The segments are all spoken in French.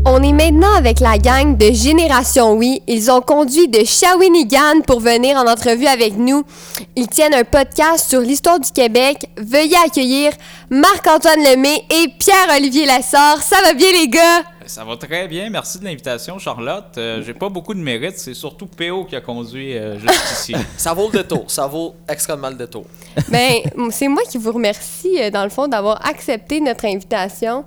On est maintenant avec la gang de Génération Oui. Ils ont conduit de Shawinigan pour venir en entrevue avec nous. Ils tiennent un podcast sur l'histoire du Québec. Veuillez accueillir Marc-Antoine Lemay et Pierre-Olivier Lessard. Ça va bien, les gars? Ça va très bien. Merci de l'invitation, Charlotte. J'ai pas beaucoup de mérite. C'est surtout P.O. qui a conduit jusqu'ici. Ça vaut le détour. Ça vaut extrêmement le détour. Bien, c'est moi qui vous remercie, dans le fond, d'avoir accepté notre invitation.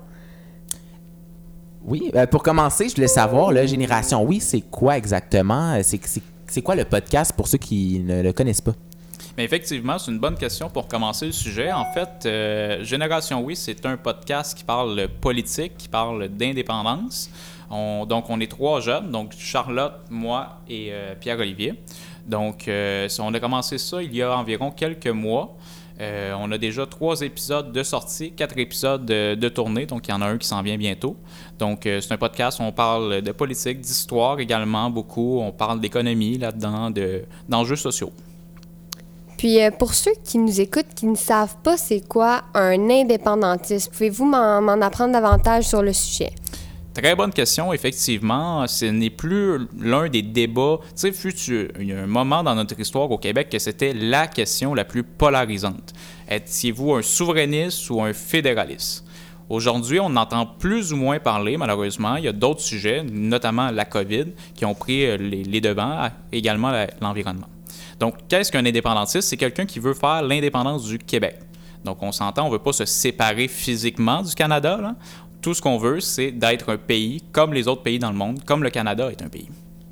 Oui, pour commencer, je voulais savoir, là, Génération Oui, c'est quoi exactement? C'est quoi le podcast pour ceux qui ne le connaissent pas? Mais effectivement, c'est une bonne question pour commencer le sujet. En fait, Génération Oui, c'est un podcast qui parle politique, qui parle d'indépendance. Donc, on est 3 jeunes, donc Charlotte, moi et Pierre-Olivier. Donc, on a commencé ça il y a environ quelques mois. On a déjà 3 épisodes de sortie, 4 épisodes de tournée, donc il y en a un qui s'en vient bientôt. Donc, c'est un podcast où on parle de politique, d'histoire également beaucoup. On parle d'économie là-dedans, d'enjeux sociaux. Puis, pour ceux qui nous écoutent, qui ne savent pas c'est quoi un indépendantiste, pouvez-vous m'en apprendre davantage sur le sujet? Très bonne question, effectivement. Ce n'est plus l'un des débats. Tu sais, il y a un moment dans notre histoire au Québec que c'était la question la plus polarisante. Étiez-vous un souverainiste ou un fédéraliste? Aujourd'hui, on entend plus ou moins parler, malheureusement. Il y a d'autres sujets, notamment la COVID, qui ont pris les devants, également l'environnement. Donc, qu'est-ce qu'un indépendantiste? C'est quelqu'un qui veut faire l'indépendance du Québec. Donc, on s'entend, on ne veut pas se séparer physiquement du Canada, là. Tout ce qu'on veut, c'est d'être un pays comme les autres pays dans le monde, comme le Canada est un pays.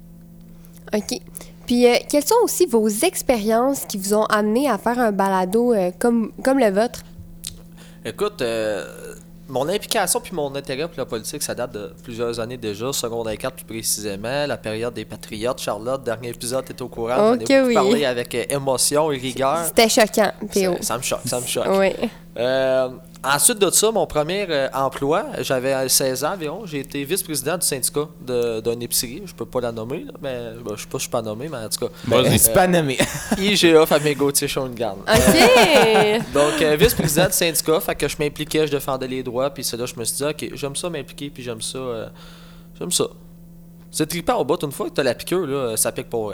OK. Puis, quelles sont aussi vos expériences qui vous ont amené à faire un balado comme le vôtre? Écoute, mon implication puis mon intérêt pour la politique, ça date de plusieurs années déjà, secondaire 4 plus précisément, la période des Patriotes. Charlotte, dernier épisode, t'es au courant. J'en ai beaucoup parlé avec émotion et rigueur. C'était choquant, P.O. Ça me choque. Oui. Ensuite de ça, mon premier emploi, j'avais 16 ans environ. J'ai été vice-président du syndicat d'une épicerie. Je peux pas la nommer, là, mais je sais pas si je suis pas nommé, mais en tout cas. C'est pas nommé. IGA Famille Gauthier Shawinigan. OK! Donc, vice-président du syndicat, fait que je m'impliquais, je défendais les droits, puis c'est là que je me suis dit, OK, j'aime ça m'impliquer, puis j'aime ça. C'est trippant au bout, une fois que t'as la piqûre, là, ça pique pour vrai.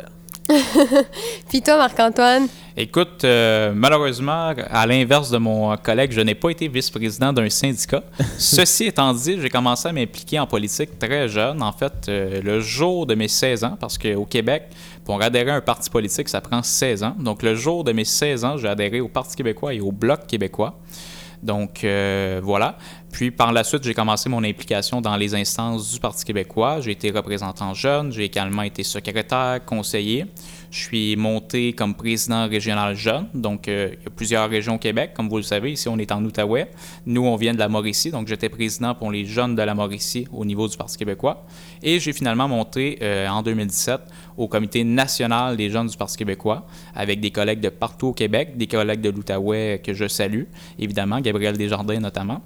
Puis toi, Marc-Antoine? Écoute, malheureusement, à l'inverse de mon collègue, je n'ai pas été vice-président d'un syndicat. Ceci étant dit, j'ai commencé à m'impliquer en politique très jeune. En fait, le jour de mes 16 ans, parce qu'au Québec, pour adhérer à un parti politique, ça prend 16 ans. Donc, le jour de mes 16 ans, j'ai adhéré au Parti québécois et au Bloc québécois. Donc, voilà. Puis, par la suite, j'ai commencé mon implication dans les instances du Parti québécois. J'ai été représentant jeune. J'ai également été secrétaire, conseiller. Je suis monté comme président régional jeune. Donc, il y a plusieurs régions au Québec. Comme vous le savez, ici, on est en Outaouais. Nous, on vient de la Mauricie. Donc, j'étais président pour les jeunes de la Mauricie au niveau du Parti québécois. Et j'ai finalement monté en 2017 au comité national des jeunes du Parti québécois avec des collègues de partout au Québec, des collègues de l'Outaouais que je salue, évidemment, Gabriel Desjardins notamment.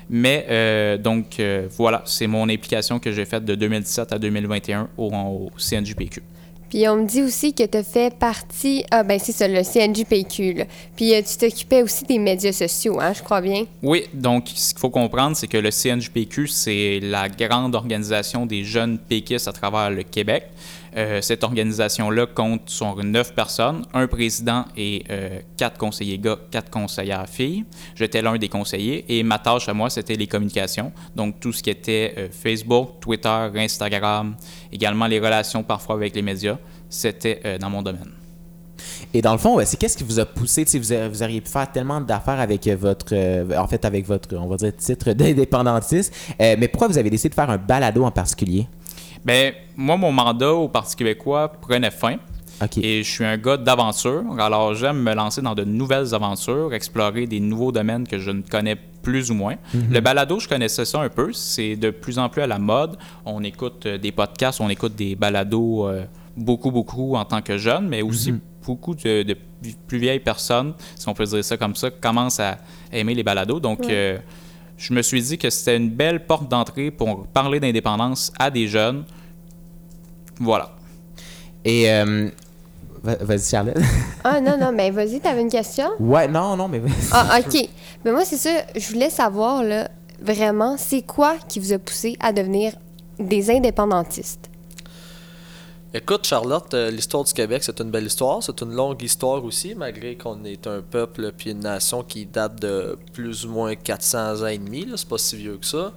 Mais voilà, c'est mon implication que j'ai faite de 2017 à 2021 au CNJPQ. Puis on me dit aussi que tu as fait partie... Ah ben c'est ça, le CNJPQ. Là. Puis tu t'occupais aussi des médias sociaux, hein, je crois bien. Oui, donc ce qu'il faut comprendre, c'est que le CNJPQ, c'est la grande organisation des jeunes péquistes à travers le Québec. Cette organisation-là compte sur 9 personnes, un président et 4 conseillers gars, 4 conseillères filles. J'étais l'un des conseillers et ma tâche à moi, c'était les communications. Donc, tout ce qui était Facebook, Twitter, Instagram, également les relations parfois avec les médias, c'était dans mon domaine. Et dans le fond, c'est qu'est-ce qui vous a poussé? Vous auriez pu faire tellement d'affaires avec votre on va dire, titre d'indépendantiste. Mais pourquoi vous avez décidé de faire un balado en particulier? Bien, moi, mon mandat au Parti québécois prenait fin. Okay. Et je suis un gars d'aventure. Alors, j'aime me lancer dans de nouvelles aventures, explorer des nouveaux domaines que je ne connais plus ou moins. Mm-hmm. Le balado, je connaissais ça un peu. C'est de plus en plus à la mode. On écoute des podcasts, on écoute des balados beaucoup en tant que jeune, mais aussi beaucoup de plus vieilles personnes, si on peut dire ça comme ça, commencent à aimer les balados. Donc, je me suis dit que c'était une belle porte d'entrée pour parler d'indépendance à des jeunes. Voilà. Et vas-y, Charlotte. Ah non, mais vas-y, t'avais une question? Ouais, non, mais vas-y. Ah, OK. Mais moi, c'est ça, je voulais savoir, là, vraiment, c'est quoi qui vous a poussé à devenir des indépendantistes? Écoute, Charlotte, l'histoire du Québec, c'est une belle histoire. C'est une longue histoire aussi, malgré qu'on est un peuple puis une nation qui date de plus ou moins 400 ans et demi. Là, c'est pas si vieux que ça.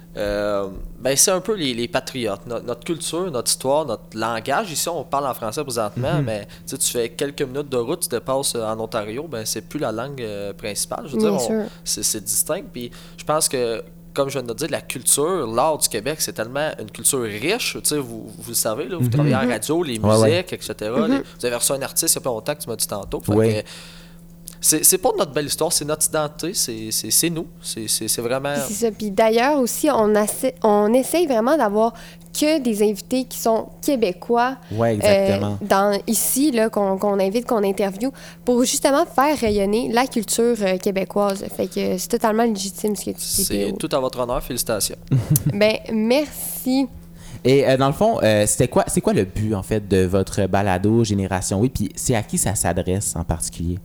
C'est un peu les patriotes. Notre culture, notre histoire, notre langage. Ici, on parle en français présentement, mais tu fais quelques minutes de route, tu dépasses en Ontario, c'est plus la langue principale. Je veux dire, c'est distinct. Puis je pense que, comme je viens de dire, la culture, l'art du Québec, c'est tellement une culture riche. Vous le savez, là, vous travaillez en radio, les musiques, etc. Vous avez reçu un artiste il y a pas longtemps que tu m'as dit tantôt. C'est pas notre belle histoire, c'est notre identité, c'est nous. C'est vraiment... C'est ça. Puis d'ailleurs aussi, on essaye vraiment d'avoir que des invités qui sont québécois. Oui, exactement. Ici, là, qu'on invite, qu'on interviewe, pour justement faire rayonner la culture québécoise. Fait que c'est totalement légitime ce que tu dis. C'est tout à votre honneur, félicitations. Merci. Et dans le fond, c'est quoi le but, en fait, de votre balado Génération Oui? Puis c'est à qui ça s'adresse en particulier?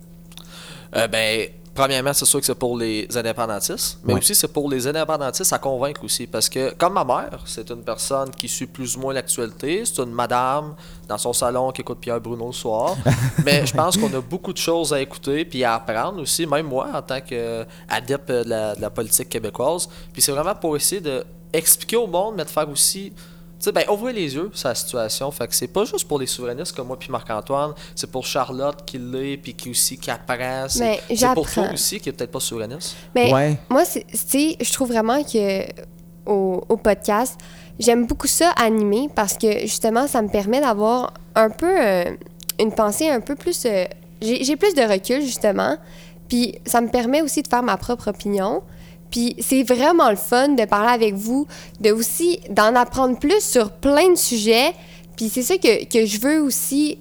Premièrement, c'est sûr que c'est pour les indépendantistes, mais aussi c'est pour les indépendantistes à convaincre aussi, parce que comme ma mère, c'est une personne qui suit plus ou moins l'actualité, c'est une madame dans son salon qui écoute Pierre Bruno le soir, mais je pense qu'on a beaucoup de choses à écouter puis à apprendre aussi, même moi en tant qu'adepte de la politique québécoise, puis c'est vraiment pour essayer d'expliquer au monde, mais de faire aussi... ouvrir les yeux sur la situation. Fait que c'est pas juste pour les souverainistes comme moi puis Marc-Antoine, c'est pour Charlotte qui l'est puis qui apprend. C'est pour toi aussi qui est peut-être pas souverainiste. Mais moi, je trouve vraiment que au podcast, j'aime beaucoup ça animer parce que justement, ça me permet d'avoir un peu une pensée un peu plus... j'ai plus de recul, justement. Puis ça me permet aussi de faire ma propre opinion. Puis c'est vraiment le fun de parler avec vous, d'en apprendre plus sur plein de sujets. Puis c'est ça que je veux aussi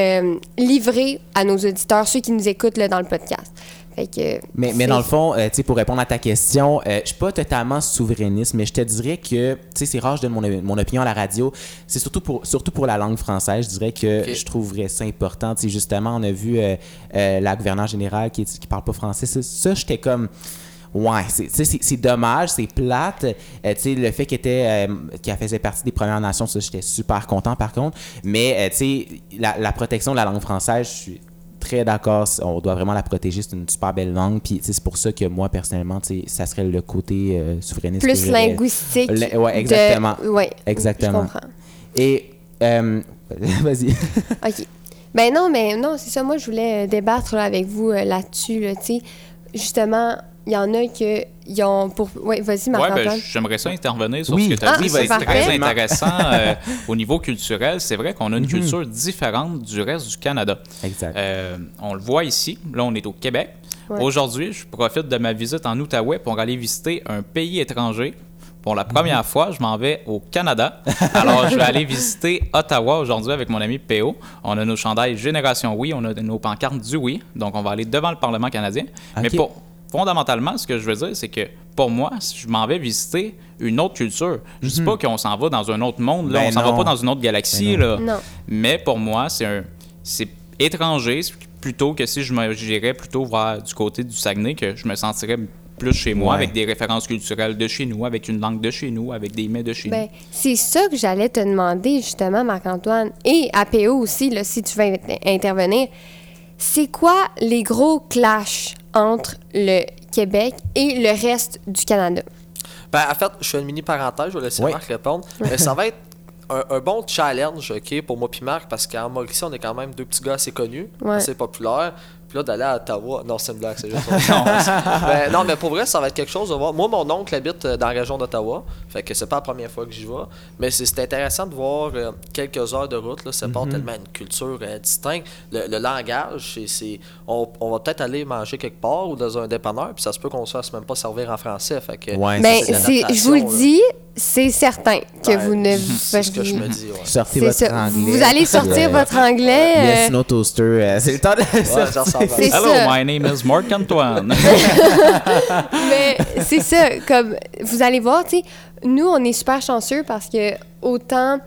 livrer à nos auditeurs, ceux qui nous écoutent là, dans le podcast. Fait que, mais dans le fond, pour répondre à ta question, je suis pas totalement souverainiste, mais je te dirais que, c'est rare, je donne mon opinion à la radio, c'est surtout pour la langue française, je dirais que je trouverais ça important. Justement, on a vu la gouverneure générale qui parle pas français, ça j'étais comme... Ouais, c'est dommage, c'est plate. Le fait qu'elle faisait partie des Premières Nations, ça, j'étais super content par contre. Mais, la protection de la langue française, je suis très d'accord. On doit vraiment la protéger. C'est une super belle langue. Puis, c'est pour ça que moi, personnellement, ça serait le côté souverainiste. Plus linguistique. Oui, exactement. Oui, exactement. Je comprends. Et, vas-y. OK. Non, c'est ça. Moi, je voulais débattre là, avec vous là-dessus. Là, justement... Il y en a qui ont pour... Oui, vas-y, Marc-Antoine. J'aimerais ça intervenir sur ce que tu as dit. C'est très intéressant au niveau culturel. C'est vrai qu'on a une culture différente du reste du Canada. Exact. On le voit ici. Là, on est au Québec. Ouais. Aujourd'hui, je profite de ma visite en Outaouais pour aller visiter un pays étranger. Pour la première fois, je m'en vais au Canada. Alors, je vais aller visiter Ottawa aujourd'hui avec mon ami P.O. On a nos chandails Génération Oui. On a nos pancartes du Oui. Donc, on va aller devant le Parlement canadien. Okay. Mais fondamentalement, ce que je veux dire, c'est que pour moi, je m'en vais visiter une autre culture. Je ne dis pas qu'on s'en va dans un autre monde, là, on s'en va pas dans une autre galaxie. Là. Non. Mais pour moi, c'est étranger, plutôt que si j'irais plutôt vers du côté du Saguenay, que je me sentirais plus chez moi, avec des références culturelles de chez nous, avec une langue de chez nous, avec des mets de chez nous. C'est ça que j'allais te demander, justement, Marc-Antoine, et à PO aussi, là, si tu veux intervenir. C'est quoi les gros clashs entre le Québec et le reste du Canada? En fait, je fais une mini parenthèse, je vais laisser Marc répondre. Mais ça va être un bon challenge pour moi et Marc, parce qu'en Mauricie, on est quand même deux petits gars assez connus, assez populaires. Puis là, d'aller à Ottawa... Non, c'est une blague, c'est juste... non, mais pour vrai, ça va être quelque chose de voir. Moi, mon oncle habite dans la région d'Ottawa, fait que c'est pas la première fois que j'y vais. Mais c'est intéressant de voir quelques heures de route, là, ça part tellement une culture distincte. Le langage, on va peut-être aller manger quelque part ou dans un dépanneur, puis ça se peut qu'on se fasse même pas servir en français. Fait que, je vous le dis, c'est certain que vous ne... C'est ce que je me dis, Sortez votre anglais. Vous allez sortir votre anglais. Le Snow Toaster, c'est le temps de... Hello, my name is Marc-Antoine. Mais c'est ça, comme vous allez voir, tu sais, nous, on est super chanceux parce que autant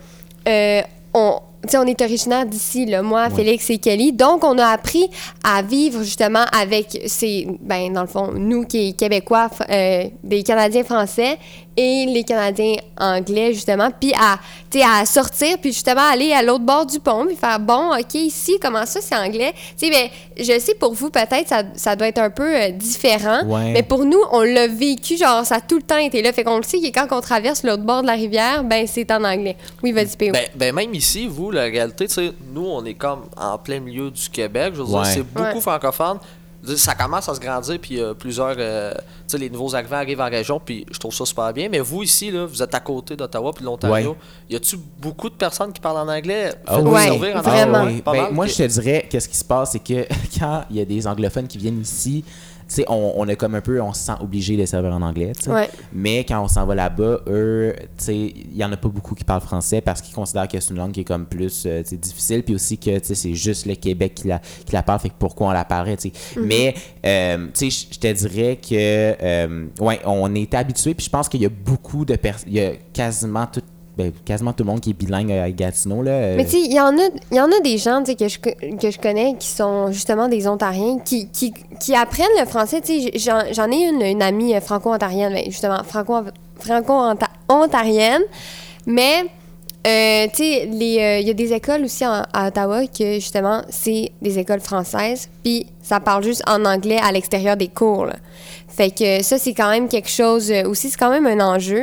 on est originaire d'ici, là, moi, Félix et Kelly, donc on a appris à vivre justement avec dans le fond, nous qui est Québécois, des Canadiens français, et les Canadiens anglais, justement, puis à sortir, puis justement aller à l'autre bord du pont, puis faire, bon, OK, ici, comment ça, c'est anglais? Tu sais, ben, je sais, pour vous, peut-être, ça doit être un peu différent, mais pour nous, on l'a vécu, genre, ça a tout le temps été là, fait qu'on le sait que quand on traverse l'autre bord de la rivière, ben, c'est en anglais. Oui, vas-y, P.O. Ben, même ici, vous, la réalité, tu sais, nous, on est comme en plein milieu du Québec, je veux dire, c'est beaucoup francophone. Ça commence à se grandir, puis plusieurs, tu sais, les nouveaux arrivants arrivent en région, puis je trouve ça super bien. Mais vous, ici, là, vous êtes à côté d'Ottawa puis de l'Ontario. Y a-tu beaucoup de personnes qui parlent en anglais? Oui, vraiment. Moi, je te dirais, qu'est-ce qui se passe, c'est que quand il y a des anglophones qui viennent ici, tu sais, on a comme un peu, on se sent obligé de servir en anglais, tu sais. Mais quand on s'en va là-bas, eux, tu sais, il y en a pas beaucoup qui parlent français parce qu'ils considèrent que c'est une langue qui est comme plus, tu sais, difficile, puis aussi que, tu sais, c'est juste le Québec qui la parle, fait que pourquoi on la parlerait, tu sais. Mais, tu sais, je te dirais que, on est habitué, puis je pense qu'il y a beaucoup de personnes, il y a quasiment tout le monde qui est bilingue à Gatineau, là. Mais tu sais, il y en a des gens, tu sais, que je connais qui sont justement des Ontariens qui apprennent le français. Tu sais, j'en ai une amie franco-ontarienne, justement, franco-ontarienne, mais tu sais, il y a des écoles aussi à Ottawa que, justement, c'est des écoles françaises, puis ça parle juste en anglais à l'extérieur des cours, là. Fait que ça, c'est quand même quelque chose aussi, c'est quand même un enjeu,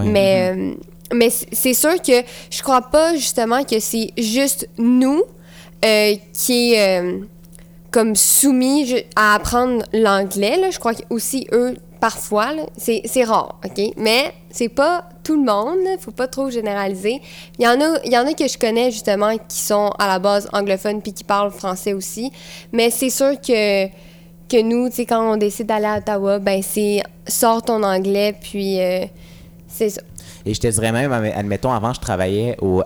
mais c'est sûr que je crois pas, justement, que c'est juste nous qui est comme soumis à apprendre l'anglais, là. Je crois qu'aussi, eux, parfois, là, c'est rare, OK? Mais c'est pas tout le monde, là. Faut pas trop généraliser. Il y en a que je connais, justement, qui sont à la base anglophones puis qui parlent français aussi. Mais c'est sûr que nous, tu sais, quand on décide d'aller à Ottawa, ben c'est sors ton anglais, puis c'est ça. Et je te dirais même, admettons, avant, je travaillais au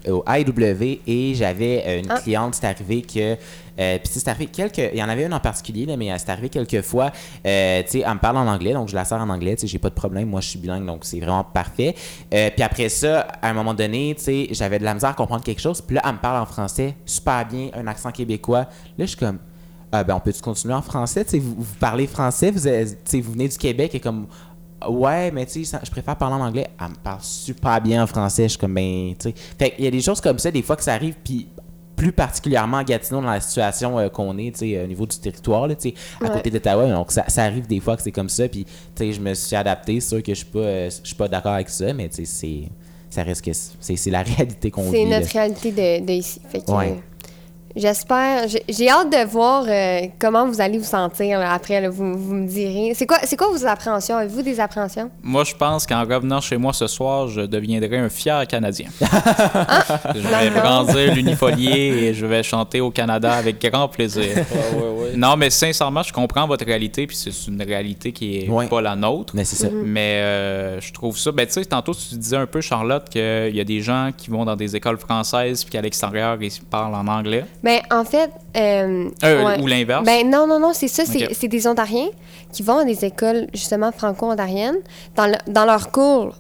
IW et j'avais une cliente, c'est arrivé que... puis c'est arrivé il y en avait une en particulier, là, mais c'est arrivé quelques fois, tu sais, elle me parle en anglais, donc je la sers en anglais, tu sais, j'ai pas de problème, moi je suis bilingue, donc c'est vraiment parfait. Puis après ça, à un moment donné, tu sais, j'avais de la misère à comprendre quelque chose, puis là, elle me parle en français, super bien, un accent québécois. Là, je suis comme... ben, on peut-tu continuer en français? Tu sais, vous parlez français, vous venez du Québec et comme... Ouais, mais tu sais, je préfère parler en anglais. Elle me parle super bien en français. Je suis comme, ben, tu sais. Fait qu'il y a des choses comme ça, des fois, que ça arrive, puis plus particulièrement à Gatineau, dans la situation qu'on est, tu sais, au niveau du territoire, là, tu sais, à côté d'Ottawa. Donc, ça arrive des fois que c'est comme ça, puis, tu sais, je me suis adapté. C'est sûr que je suis pas d'accord avec ça, mais, tu sais, ça reste que c'est la réalité qu'on vit. C'est notre réalité de ici. Fait que, j'espère. J'ai hâte de voir comment vous allez vous sentir là, après. Là, vous me direz. C'est quoi vos appréhensions? Avez-vous des appréhensions? Moi, je pense qu'en revenant chez moi ce soir, je deviendrai un fier Canadien. Je vais brandir l'unifolié et je vais chanter au Canada avec grand plaisir. Non, mais sincèrement, je comprends votre réalité, puis c'est une réalité qui est pas la nôtre. Mais c'est ça. Mais je trouve ça... Ben, tu sais, tantôt, tu disais un peu, Charlotte, qu'il y a des gens qui vont dans des écoles françaises puis qu'à l'extérieur, ils parlent en anglais. Ben, en fait... Ou l'inverse? Ben, non, c'est ça. C'est des Ontariens qui vont à des écoles, justement, franco-ontariennes. Dans leur cours,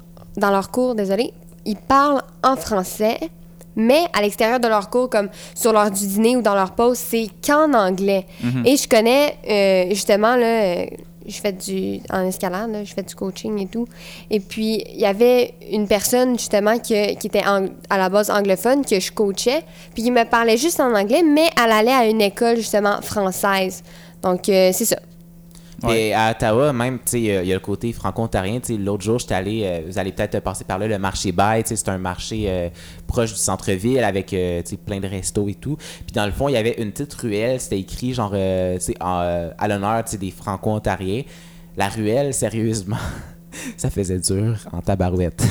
ils parlent en français, mais à l'extérieur de leur cours, comme sur l'heure du dîner ou dans leur pause, c'est qu'en anglais. Et je connais, justement, là... je fais en escalade, là, je fais du coaching et tout. Et puis, il y avait une personne, justement, qui était à la base anglophone, que je coachais, puis qui me parlait juste en anglais, mais elle allait à une école, justement, française. Donc, c'est ça. Et à Ottawa, même, tu sais, il y a le côté franco-ontarien. Tu sais, l'autre jour, j'étais allé, vous allez peut-être passer par là, le marché Baye. Tu sais, c'est un marché proche du centre-ville avec, tu sais, plein de restos et tout. Puis dans le fond, il y avait une petite ruelle. C'était écrit, genre, tu sais, à l'honneur, tu sais, des franco-ontariens. La ruelle, sérieusement... ça faisait dur en tabarouette.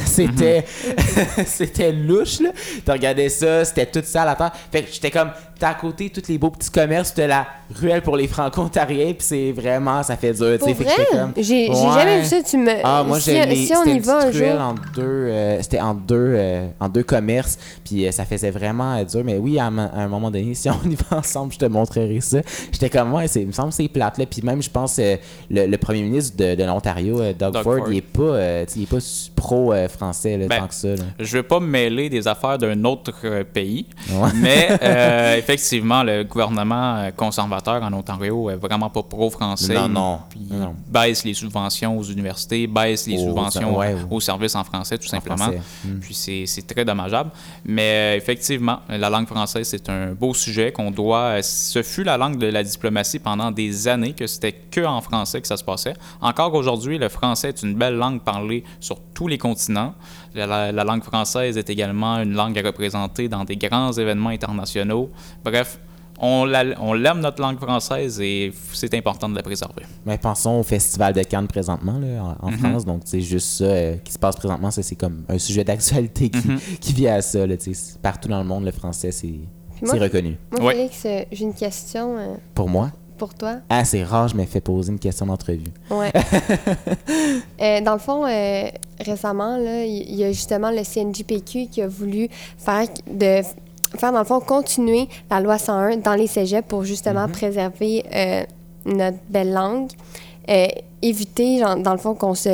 C'était louche, là. Tu regardais ça, c'était tout ça à la terre. Fait que j'étais comme, t'as à côté tous les beaux petits commerces, t'as la ruelle pour les franco-ontariens, puis c'est c'est ça fait dur. Pour vrai? J'ai jamais vu ça. Moi, si on y va un jour. C'était en deux commerces, puis ça faisait vraiment dur. Mais oui, à un moment donné, si on y va ensemble, je te montrerai ça. J'étais comme, il me semble que c'est plate, là. Puis même, je pense, le premier ministre de l'Ontario, Doug Ford, il est pas tant que ça. Là. Je veux pas me mêler des affaires d'un autre pays, mais effectivement, le gouvernement conservateur en Ontario est vraiment pas pro-français. Non. Il baisse les subventions aux universités, baisse les subventions aux services en français, tout simplement. Puis c'est très dommageable. Mais effectivement, la langue française, c'est un beau sujet qu'on doit... Ce fut la langue de la diplomatie pendant des années, que c'était que en français que ça se passait. Encore aujourd'hui, le français est une belle langue parlée sur tous les continents. La langue française est également une langue à représenter dans des grands événements internationaux. Bref, on l'aime, notre langue française, et c'est important de la préserver. Mais pensons au Festival de Cannes présentement là, en France. Donc, c'est juste ça qui se passe présentement. Ça, c'est comme un sujet d'actualité qui vient à ça. Là, partout dans le monde, le français, c'est reconnu. Moi, Félix, j'ai une question. Pour moi? Pour toi? Ah, c'est rare, je me fais poser une question d'entrevue. Ouais. Dans le fond, récemment, il y a justement le CNJPQ qui a voulu faire, dans le fond, continuer la loi 101 dans les cégeps pour justement préserver notre belle langue. Éviter, dans le fond,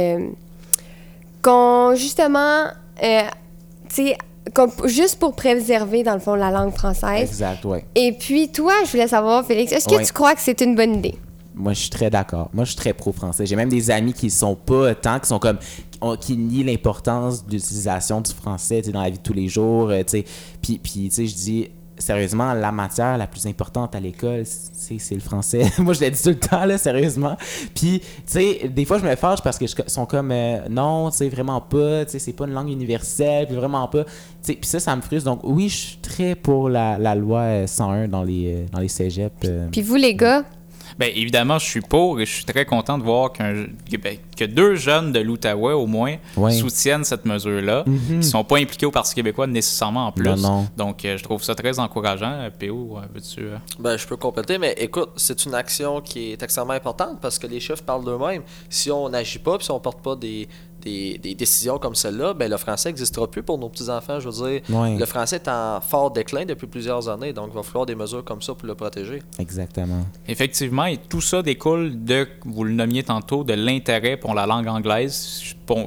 juste pour préserver, dans le fond, la langue française. Exact, oui. Et puis, toi, je voulais savoir, Félix, est-ce que tu crois que c'est une bonne idée? Moi, je suis très d'accord. Moi, je suis très pro-français. J'ai même des amis qui sont pas tant, qui sont comme... qui nient l'importance de l'utilisation du français dans la vie de tous les jours. Puis je dis... Sérieusement, la matière la plus importante à l'école, c'est le français. Moi, je l'ai dit tout le temps, là, sérieusement. Puis, tu sais, des fois, je me fâche parce que sont comme, non, tu sais, vraiment pas, tu sais, c'est pas une langue universelle, puis vraiment pas. Tu sais, puis ça me frustre. Donc, oui, je suis très pour la loi 101 dans les cégeps. Puis vous, les gars? Bien, évidemment, je suis pour, et je suis très content de voir que 2 jeunes de l'Outaouais, au moins, soutiennent cette mesure-là. Ils ne sont pas impliqués au Parti québécois nécessairement en plus. Non. Donc, je trouve ça très encourageant. P.O., veux-tu... Ben, je peux compléter, mais écoute, c'est une action qui est extrêmement importante parce que les chiffres parlent d'eux-mêmes. Si on n'agit pas, puis si on ne porte pas des décisions comme celle-là, ben le français n'existera plus pour nos petits-enfants. Je veux dire, le français est en fort déclin depuis plusieurs années, donc il va falloir des mesures comme ça pour le protéger. Exactement. Effectivement, et tout ça découle de, vous le nommiez tantôt, de l'intérêt pour la langue anglaise. Pas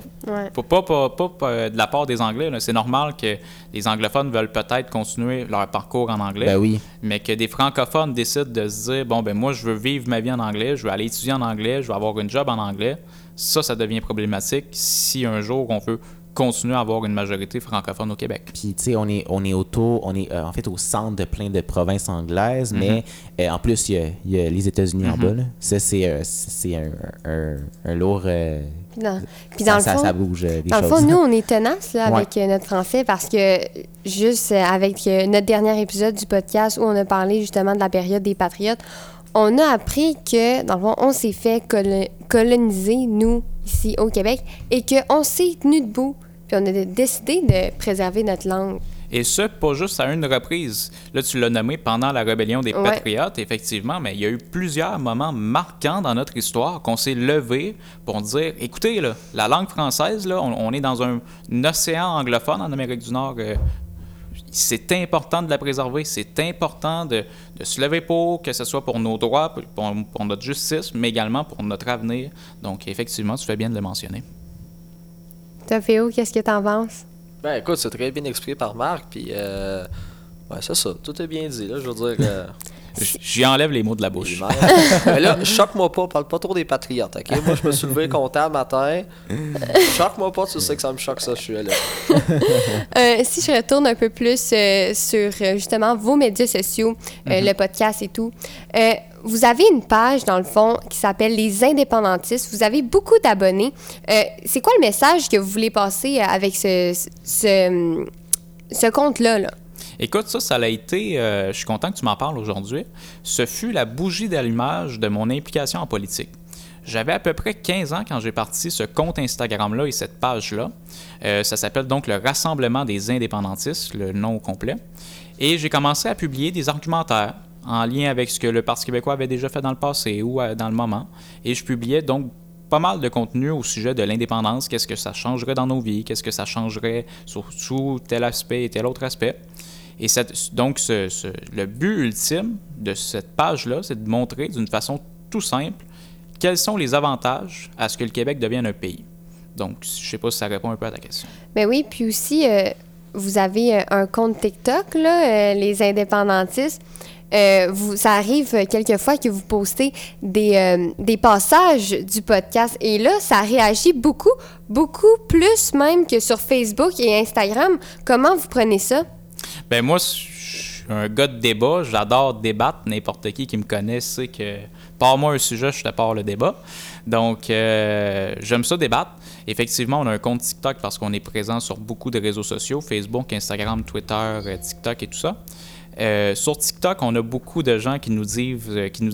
de la part des Anglais. Là. C'est normal que les anglophones veulent peut-être continuer leur parcours en anglais, mais que des francophones décident de se dire, moi, je veux vivre ma vie en anglais, je veux aller étudier en anglais, je veux avoir une job en anglais. Ça devient problématique si un jour on veut continuer à avoir une majorité francophone au Québec. Puis, tu sais, on est en fait au centre de plein de provinces anglaises, mais en plus, il y a les États-Unis en bas. Là. Ça, c'est un lourd... Puis dans le fond, ça bouge des choses. Dans le fond, nous, on est tenaces là, avec notre français parce que juste avec notre dernier épisode du podcast où on a parlé justement de la période des Patriotes, on a appris que, dans le fond, on s'est fait coloniser, nous, ici au Québec, et qu'on s'est tenu debout. Puis on a décidé de préserver notre langue. Et ce, pas juste à une reprise. Là, tu l'as nommé pendant la rébellion des Patriotes, effectivement, mais il y a eu plusieurs moments marquants dans notre histoire qu'on s'est levé pour dire, écoutez, là, la langue française, là, on est dans un océan anglophone en Amérique du Nord. C'est important de la préserver, c'est important de se lever pour, que ce soit pour nos droits, pour notre justice, mais également pour notre avenir. Donc, effectivement, tu fais bien de le mentionner. Toi, Féo, qu'est-ce que t'en penses? Ben, écoute, c'est très bien expliqué par Marc, puis c'est ça, tout est bien dit, là, je veux dire... J'y enlève les mots de la bouche. Mais là, choque-moi pas, parle pas trop des Patriotes, OK? Moi, je me suis levé comptable matin. Choque-moi pas, tu sais que ça me choque, ça, je suis là. Si je retourne un peu plus sur, justement, vos médias sociaux, le podcast et tout, vous avez une page, dans le fond, qui s'appelle Les Indépendantistes. Vous avez beaucoup d'abonnés. C'est quoi le message que vous voulez passer avec ce compte-là, là? Écoute, ça a été, je suis content que tu m'en parles aujourd'hui, ce fut la bougie d'allumage de mon implication en politique. J'avais à peu près 15 ans quand j'ai parti ce compte Instagram-là et cette page-là. Ça s'appelle donc le Rassemblement des indépendantistes, le nom au complet. Et j'ai commencé à publier des argumentaires en lien avec ce que le Parti québécois avait déjà fait dans le passé ou dans le moment. Et je publiais donc pas mal de contenu au sujet de l'indépendance, qu'est-ce que ça changerait dans nos vies, qu'est-ce que ça changerait sous tel aspect et tel autre aspect. Et donc, le but ultime de cette page-là, c'est de montrer d'une façon tout simple quels sont les avantages à ce que le Québec devienne un pays. Donc, je ne sais pas si ça répond un peu à ta question. Ben oui, puis aussi, vous avez un compte TikTok, là, les indépendantistes. Ça arrive quelquefois que vous postez des passages du podcast et là, ça réagit beaucoup plus même que sur Facebook et Instagram. Comment vous prenez ça? Ben moi, je suis un gars de débat. J'adore débattre. N'importe qui me connaît sait que, pars-moi un sujet, je te pars le débat. Donc, j'aime ça débattre. Effectivement, on a un compte TikTok parce qu'on est présent sur beaucoup de réseaux sociaux, Facebook, Instagram, Twitter, TikTok et tout ça. Sur TikTok, on a beaucoup de gens qui nous disent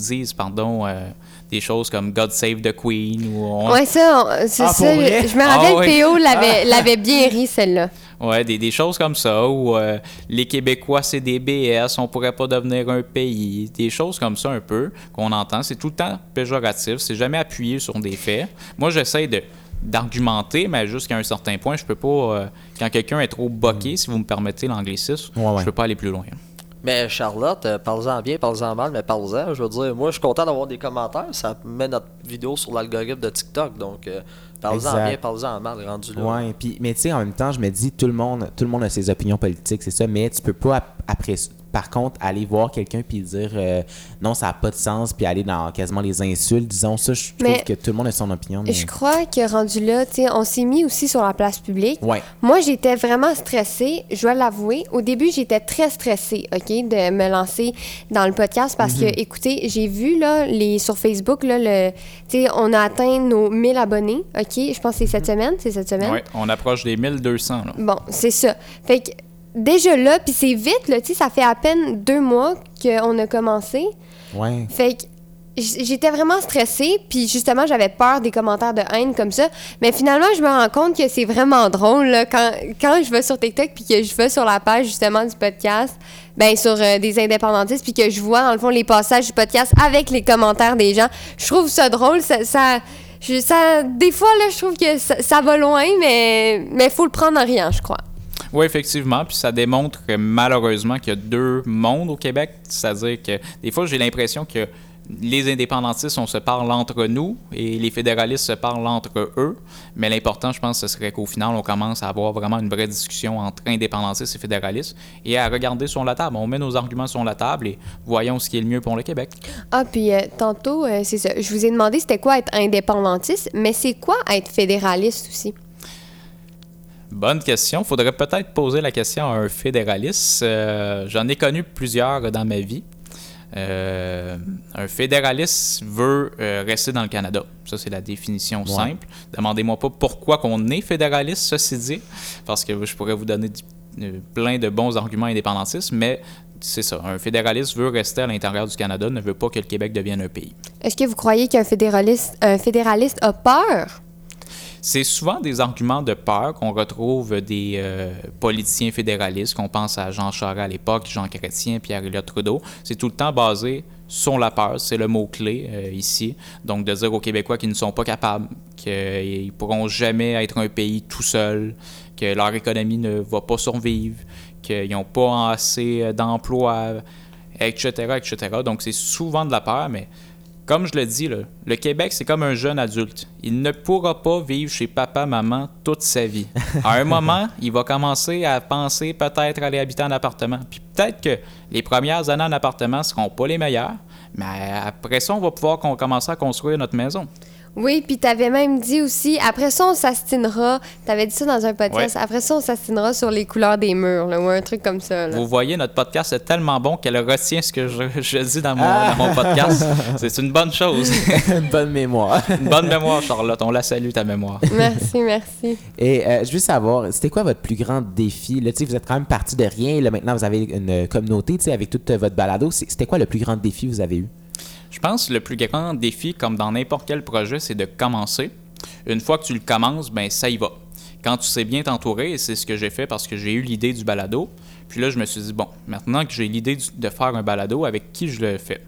des choses comme God Save the Queen. Oui, c'est ça. Je me rappelle que Théo l'avait bien ri, celle-là. Oui, des choses comme ça, où les Québécois, c'est des BS, on pourrait pas devenir un pays. Des choses comme ça un peu qu'on entend. C'est tout le temps péjoratif, c'est jamais appuyé sur des faits. Moi, j'essaie d'argumenter, mais jusqu'à un certain point, je peux pas... quand quelqu'un est trop boqué, si vous me permettez l'anglicisme, je peux pas aller plus loin. Mais Charlotte, parle-en bien, parle-en mal, mais parle-en. Je veux dire, moi, je suis content d'avoir des commentaires. Ça met notre vidéo sur l'algorithme de TikTok. Donc, parle-en bien, parle-en mal, rendu là. Ouais, mais tu sais, en même temps, je me dis, tout le monde a ses opinions politiques, c'est ça. Mais tu peux pas, par contre, aller voir quelqu'un puis dire non, ça n'a pas de sens, puis aller dans quasiment les insultes. Disons ça, je trouve que tout le monde a son opinion. Mais... Je crois que rendu là, tu sais, on s'est mis aussi sur la place publique. Ouais. Moi, j'étais vraiment stressée, je dois l'avouer. Au début, j'étais très stressée, OK, de me lancer dans le podcast parce que, écoutez, j'ai vu, là, sur Facebook, là, tu sais, on a atteint nos 1000 abonnés, OK? Je pense que c'est cette semaine, Oui, on approche des 1200, là. Bon, c'est ça. Fait que, déjà là, puis c'est vite, là, tu sais, ça fait à peine 2 mois qu'on a commencé. Ouais. Fait que j'étais vraiment stressée, puis justement, j'avais peur des commentaires de haine comme ça. Mais finalement, je me rends compte que c'est vraiment drôle, là, quand je vais sur TikTok puis que je vais sur la page, justement, du podcast, ben sur des indépendantistes, puis que je vois, dans le fond, les passages du podcast avec les commentaires des gens. Je trouve ça drôle, des fois, là, je trouve que ça va loin, mais faut le prendre en riant, je crois. Oui, effectivement. Puis ça démontre malheureusement qu'il y a deux mondes au Québec. C'est-à-dire que des fois, j'ai l'impression que les indépendantistes, on se parle entre nous et les fédéralistes se parlent entre eux. Mais l'important, je pense, ce serait qu'au final, on commence à avoir vraiment une vraie discussion entre indépendantistes et fédéralistes et à regarder sur la table. On met nos arguments sur la table et voyons ce qui est le mieux pour le Québec. Ah, puis tantôt, c'est ça. Je vous ai demandé c'était quoi être indépendantiste, mais c'est quoi être fédéraliste aussi? Bonne question. Il faudrait peut-être poser la question à un fédéraliste. J'en ai connu plusieurs dans ma vie. Un fédéraliste veut rester dans le Canada. Ça, c'est la définition simple. Demandez-moi pas pourquoi qu'on est fédéraliste, ceci dit, parce que je pourrais vous donner plein de bons arguments indépendantistes, mais c'est ça. Un fédéraliste veut rester à l'intérieur du Canada, ne veut pas que le Québec devienne un pays. Est-ce que vous croyez qu'un fédéraliste a peur? C'est souvent des arguments de peur qu'on retrouve des politiciens fédéralistes, qu'on pense à Jean Charest à l'époque, Jean Chrétien, Pierre-Éliott Trudeau. C'est tout le temps basé sur la peur, c'est le mot-clé ici. Donc, de dire aux Québécois qu'ils ne sont pas capables, qu'ils ne pourront jamais être un pays tout seul, que leur économie ne va pas survivre, qu'ils n'ont pas assez d'emplois, etc., etc. Donc, c'est souvent de la peur, mais... Comme je le dis, là, le Québec, c'est comme un jeune adulte. Il ne pourra pas vivre chez papa, maman toute sa vie. À un moment, il va commencer à penser peut-être aller habiter en appartement. Puis peut-être que les premières années en appartement ne seront pas les meilleures, mais après ça, on va pouvoir commencer à construire notre maison. Oui, puis t'avais même dit aussi, après ça, on s'astinera. T'avais dit ça dans un podcast. Ouais. Après ça, on s'astinera sur les couleurs des murs, là, ou un truc comme ça. Là. Vous voyez, notre podcast est tellement bon qu'elle retient ce que je dis dans mon podcast. C'est une bonne chose. Une bonne mémoire. Une bonne mémoire, Charlotte. On la salue, ta mémoire. Merci, merci. Et je veux savoir, c'était quoi votre plus grand défi? Là, vous êtes quand même parti de rien. Là, maintenant, vous avez une communauté avec toute votre balado. C'était quoi le plus grand défi que vous avez eu? Je pense que le plus grand défi, comme dans n'importe quel projet, c'est de commencer. Une fois que tu le commences, ben ça y va. Quand tu sais bien t'entourer, et c'est ce que j'ai fait parce que j'ai eu l'idée du balado, puis là, je me suis dit, bon, maintenant que j'ai l'idée de faire un balado, avec qui je le fais?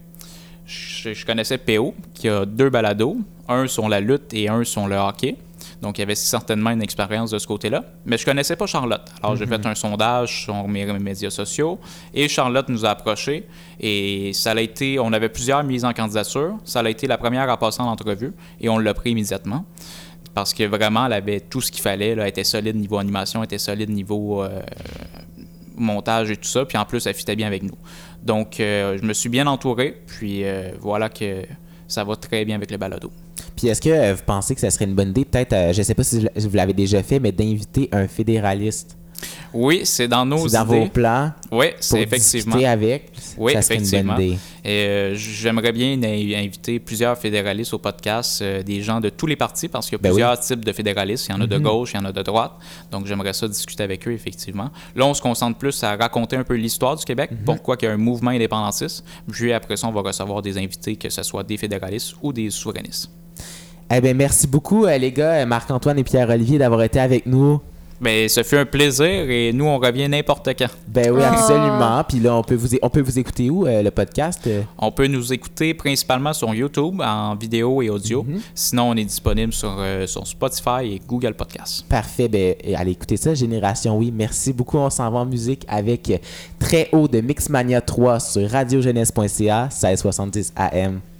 Je connaissais PO, qui a 2 balados, un sur la lutte et un sur le hockey. Donc, il y avait certainement une expérience de ce côté-là. Mais je ne connaissais pas Charlotte. Alors, j'ai fait un sondage sur mes médias sociaux et Charlotte nous a approchés. Et ça a été, on avait plusieurs mises en candidature. Ça a été la première à passer en entrevue et on l'a pris immédiatement. parce que vraiment, elle avait tout ce qu'il fallait. Là. Elle était solide niveau animation, elle était solide niveau montage et tout ça. Puis en plus, elle fitait bien avec nous. Donc, je me suis bien entouré. Puis voilà que ça va très bien avec le balado. Puis est-ce que vous pensez que ça serait une bonne idée, peut-être, je ne sais pas si vous l'avez déjà fait, mais d'inviter un fédéraliste? Oui, c'est dans nos idées. C'est dans vos plans. Oui, c'est effectivement. Discuter avec, oui, ça serait effectivement. Une bonne idée. Et j'aimerais bien inviter plusieurs fédéralistes au podcast, des gens de tous les partis, parce qu'il y a plusieurs types de fédéralistes. Il y en a de gauche, il y en a de droite. Donc, j'aimerais ça discuter avec eux, effectivement. Là, on se concentre plus à raconter un peu l'histoire du Québec, pourquoi il y a un mouvement indépendantiste. Puis après ça, on va recevoir des invités, que ce soit des fédéralistes ou des souverainistes. Eh bien, merci beaucoup, les gars, Marc-Antoine et Pierre-Olivier, d'avoir été avec nous. Bien, ça fait un plaisir et nous, on revient n'importe quand. Ben oui, absolument. Puis là, on peut vous écouter où, le podcast? On peut nous écouter principalement sur YouTube, en vidéo et audio. Sinon, on est disponible sur Spotify et Google Podcasts. Parfait. Ben, allez écouter ça, Génération Oui. Merci beaucoup. On s'en va en musique avec Très haut de Mixmania 3 sur radiojeunesse.ca, 1670 AM.